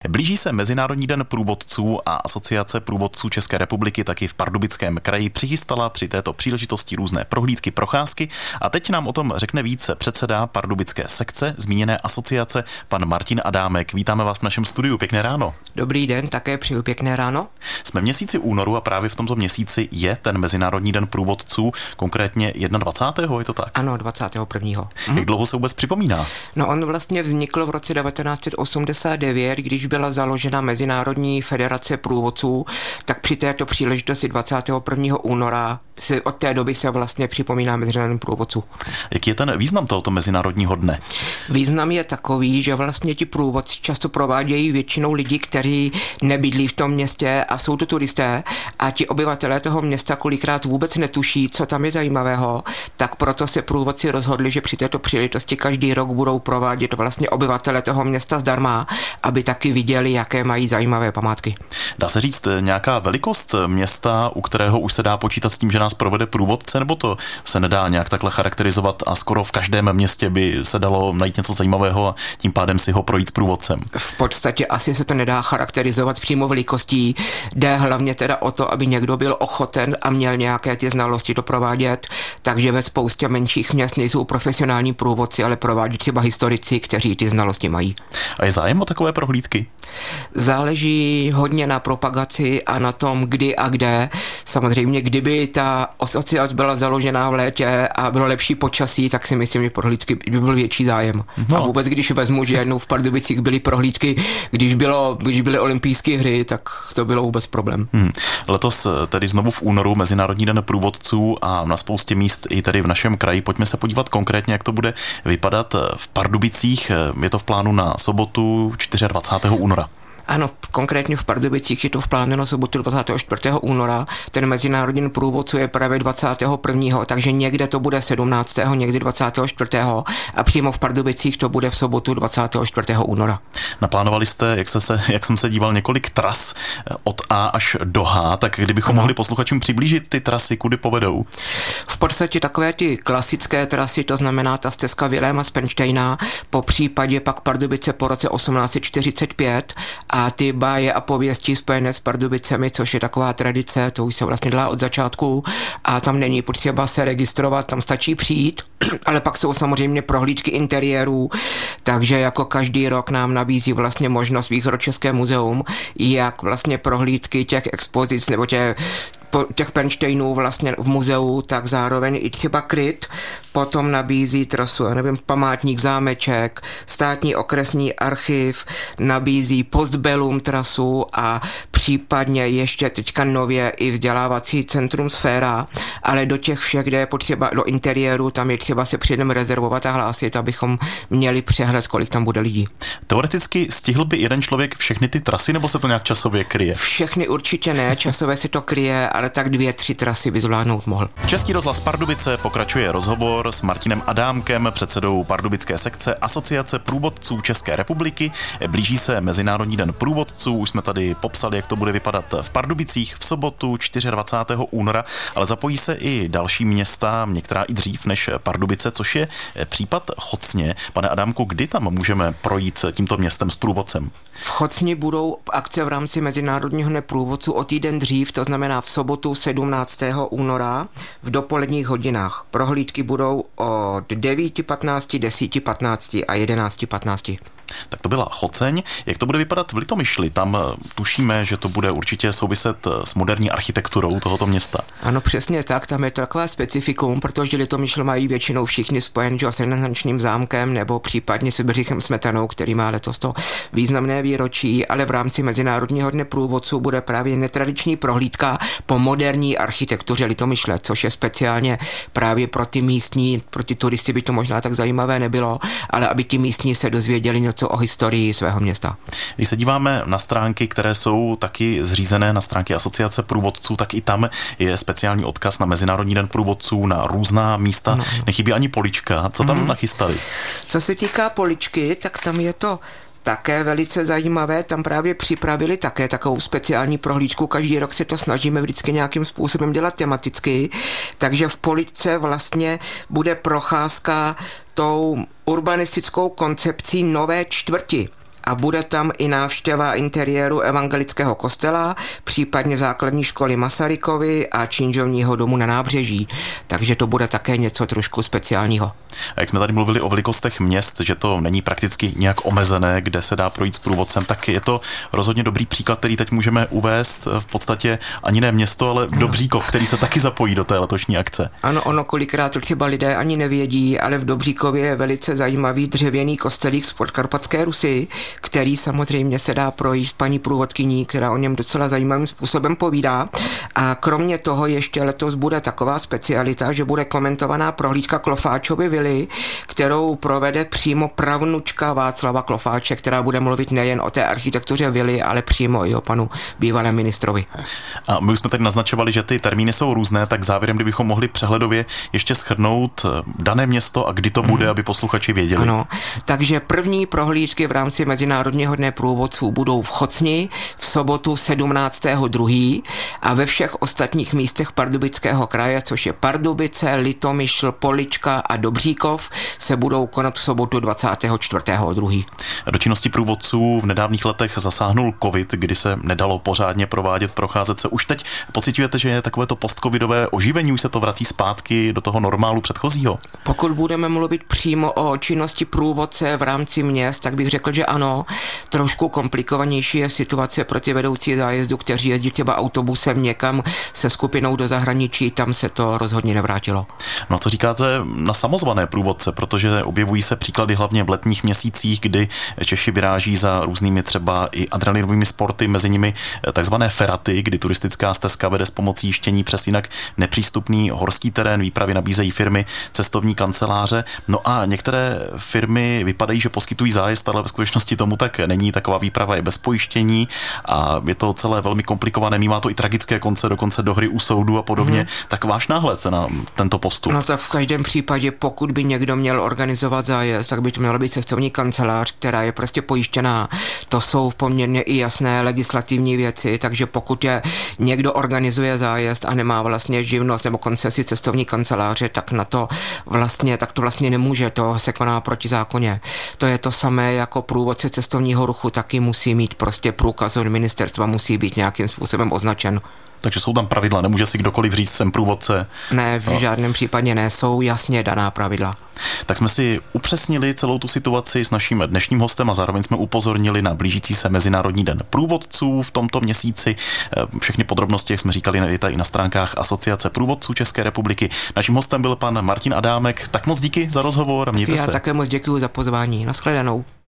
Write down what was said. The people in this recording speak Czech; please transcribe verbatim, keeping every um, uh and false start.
Blíží se Mezinárodní den průvodců a Asociace průvodců České republiky taky v Pardubickém kraji přichystala při této příležitosti různé prohlídky, procházky a teď nám o tom řekne více předseda pardubické sekce zmíněné asociace, pan Martin Adámek. Vítáme vás v našem studiu. Pěkné ráno. Dobrý den, také přeju pěkné ráno. Jsme v měsíci únoru a právě v tomto měsíci je ten Mezinárodní den průvodců, konkrétně dvacátého prvního je to tak? Ano, dvacátého prvního Jak dlouho se vůbec připomíná? No on vlastně vznikl v roce devatenáct set osmdesát devět, když byla založena Mezinárodní federace průvodců, tak při této příležitosti dvacátého prvního února se od té doby se vlastně připomíná Mezinárodní průvodců. Jaký je ten význam tohoto Mezinárodního dne? Význam je takový, že vlastně ti průvodci často provádějí většinou lidi, kteří nebydlí v tom městě a jsou to turisté a ti obyvatelé toho města kolikrát vůbec netuší, co tam je zajímavého, tak proto se průvodci rozhodli, že při této příležitosti každý rok budou provádět vlastně obyvatele toho města zdarma, aby taky viděli, jaké mají zajímavé památky. Dá se říct nějaká velikost města, u kterého už se dá počítat s tím, že nás provede průvodce, nebo to se nedá nějak takhle charakterizovat a skoro v každém městě by se dalo najít něco zajímavého a tím pádem si ho projít s průvodcem? V podstatě asi se to nedá charakterizovat přímo velikostí. Jde hlavně teda o to, aby někdo byl ochoten a měl nějaké ty znalosti to provádět, takže ve spoustě menších měst nejsou profesionální průvodci, ale provádí třeba historici, kteří ty znalosti mají. A je zájem o takové prohlídky? Záleží hodně na propagaci a na tom, kdy a kde. Samozřejmě, kdyby ta asociace byla založená v létě a bylo lepší počasí, tak si myslím, že prohlídky by byl větší zájem. No. A vůbec, když vezmu, že jednou v Pardubicích byly prohlídky, když, bylo, když byly olympijské hry, tak to bylo vůbec problém. Hmm. Letos tedy znovu v únoru Mezinárodní den průvodců a na spoustě míst i tady v našem kraji. Pojďme se podívat konkrétně, jak to bude vypadat v Pardubicích. Je to v plánu na sobotu dvacátého čtvrtého února. Ano, konkrétně v Pardubicích je to v plánu na sobotu dvacátého čtvrtého února. Ten Mezinárodní den průvodců je právě dvacátého prvního takže někde to bude sedmnáctého někdy dvacátého čtvrtého a přímo v Pardubicích to bude v sobotu dvacátého čtvrtého února. Naplánovali jste, jak, se, se, jak jsem se díval, několik tras od A až do H, tak kdybychom ano. mohli posluchačům přiblížit ty trasy, kudy povedou? V podstatě takové ty klasické trasy, to znamená ta stezka Viléma z Pennštejna, po případě pak Pardubice po roce osmnáct set čtyřicet pět a A ty báje a pověsti spojené s Pardubicemi, což je taková tradice, to už se vlastně dělá od začátku a tam není potřeba se registrovat, tam stačí přijít, ale pak jsou samozřejmě prohlídky interiérů, takže jako každý rok nám nabízí vlastně možnost Východočeské muzeum, jak vlastně prohlídky těch expozic nebo těch těch Pennštejnů vlastně v muzeu, tak zároveň i třeba kryt, potom nabízí trasu, já nevím, památník zámeček, státní okresní archiv, nabízí postbellum trasu a případně ještě teďka nově i vzdělávací centrum Sféra, ale do těch všech, kde je potřeba do interiéru, tam je třeba se předem rezervovat a hlásit, abychom měli přehled, kolik tam bude lidí. Teoreticky stihl by jeden člověk všechny ty trasy, nebo se to nějak časově kryje? Všechny určitě ne, časově se to kryje, ale tak dvě, tři trasy by zvládnout mohl. Český rozhlas Pardubice pokračuje rozhovor s Martinem Adámkem, předsedou pardubické sekce Asociace průvodců České republiky. Blíží se Mezinárodní den průvodců, už jsme tady popsali, jak to bude vypadat v Pardubicích v sobotu dvacátého čtvrtého února, ale zapojí se i další města, některá i dřív než Pardubice, což je případ Chocně. Pane Adámku, kdy tam můžeme projít tímto městem s průvodcem? V Chocni budou akce v rámci Mezinárodního dne průvodců o týden dřív, to znamená v sobotu sedmnáctého února v dopoledních hodinách. Prohlídky budou od devět patnáct, deset patnáct a jedenáct patnáct. Tak to byla Choceň. Jak to bude vypadat v Litomyšli? Tam tušíme, že to bude určitě souviset s moderní architekturou tohoto města. Ano, přesně tak. Tam je to takové specifikum, protože Litomyšl mají většinou všichni spojen s renesančním zámkem nebo případně s Bedřichem Smetanou, který má letos to významné výročí, ale v rámci Mezinárodního dne průvodců bude právě netradiční prohlídka po moderní architektuře Litomyšle, což je speciálně právě pro ty místní, pro ty turisty by to možná tak zajímavé nebylo, ale aby ti místní se dozvěděli něco o historii svého města. Když se díváme na stránky, které jsou taky zřízené na stránky Asociace průvodců, tak i tam je speciální odkaz na Mezinárodní den průvodců, na různá místa. No. Nechybí ani polička. Co tam mm. nachystali? Co se týká poličky, tak tam je to také velice zajímavé, tam právě připravili také takovou speciální prohlídku, každý rok se to snažíme vždycky nějakým způsobem dělat tematicky, takže v poličce vlastně bude procházka tou urbanistickou koncepcí nové čtvrti. a bude tam i návštěva interiéru evangelického kostela, případně základní školy Masarykovy a činžovního domu na Nábřeží. Takže to bude také něco trošku speciálního. A jak jsme tady mluvili o velikostech měst, že to není prakticky nějak omezené, kde se dá projít s průvodcem, tak je to rozhodně dobrý příklad, který teď můžeme uvést. V podstatě ani ne město, ale Dobříkov, který se taky zapojí do té letošní akce. Ano, ono kolikrát to třeba lidé ani nevědí, ale v Dobříkově je velice zajímavý dřevěný kostelík z Podkarpatské Rusy, který samozřejmě se dá projít s paní průvodkyní, která o něm docela zajímavým způsobem povídá. A kromě toho ještě letos bude taková specialita, že bude komentovaná prohlídka Klofáčovy vily, kterou provede přímo pravnučka Václava Klofáče, která bude mluvit nejen o té architektuře vily, ale přímo i o panu bývalém ministrovi. A my už jsme tady naznačovali, že ty termíny jsou různé, tak závěrem, kdybychom mohli přehledově ještě shrnout dané město a kdy to bude, mm. aby posluchači věděli. Ano, takže první prohlídky v rámci Mezinárodního dne průvodců budou v Chocni v sobotu sedmnáctého druhého a ve všech ostatních místech Pardubického kraje, což je Pardubice, Litomyšl, Polička a Dobříkov, se budou konat v sobotu dvacátého čtvrtého druhého Do činnosti průvodců v nedávných letech zasáhnul covid, kdy se nedalo pořádně provádět, procházet se. Už teď pociťujete, že je takové to postcovidové oživení, už se to vrací zpátky do toho normálu předchozího? Pokud budeme mluvit přímo o činnosti průvodce v rámci měst, tak bych řekl, že ano. Trošku komplikovanější je situace pro ty vedoucí zájezdu, kteří jezdí třeba autobusem někam se skupinou do zahraničí, tam se to rozhodně nevrátilo. No a co říkáte na samozvané průvodce, protože objevují se příklady hlavně v letních měsících, kdy Češi vyráží za různými třeba i adrenalinovými sporty, mezi nimi takzvané feraty, kdy turistická stezka vede s pomocí jištění přes jinak nepřístupný horský terén, výpravy nabízejí firmy, cestovní kanceláře. No a některé firmy vypadají, že poskytují zájezd, ale ve skutečnosti tomu tak není. Taková výprava je bez pojištění a je to celé velmi komplikované, mívá to i tragické konce, dokonce do hry u soudu a podobně. Hmm. Tak váš náhled se na tento postup? No tak v každém případě, pokud by někdo měl organizovat zájezd, tak by to měla být cestovní kancelář, která je prostě pojištěná. To jsou poměrně i jasné legislativní věci, takže pokud je někdo organizuje zájezd a nemá vlastně živnost nebo koncesi cestovní kanceláře, tak na to vlastně, tak to vlastně nemůže, to se koná proti zákoně. To je to samé jako průvodce cestovního ruchu, taky musí mít prostě průkaz od ministerstva, musí být nějakým způsobem označen. Takže jsou tam pravidla, nemůže si kdokoliv říct, jsem průvodce. Ne, v no. žádném případě ne, jsou jasně daná pravidla. Tak jsme si upřesnili celou tu situaci s naším dnešním hostem a zároveň jsme upozornili na blížící se Mezinárodní den průvodců v tomto měsíci. Všechny podrobnosti, jak jsme říkali, najdete i na stránkách Asociace průvodců České republiky. Naším hostem byl pan Martin Adámek. Tak moc díky za rozhovor a mějte Já se. také moc děkuji za pozvání. Nashledanou.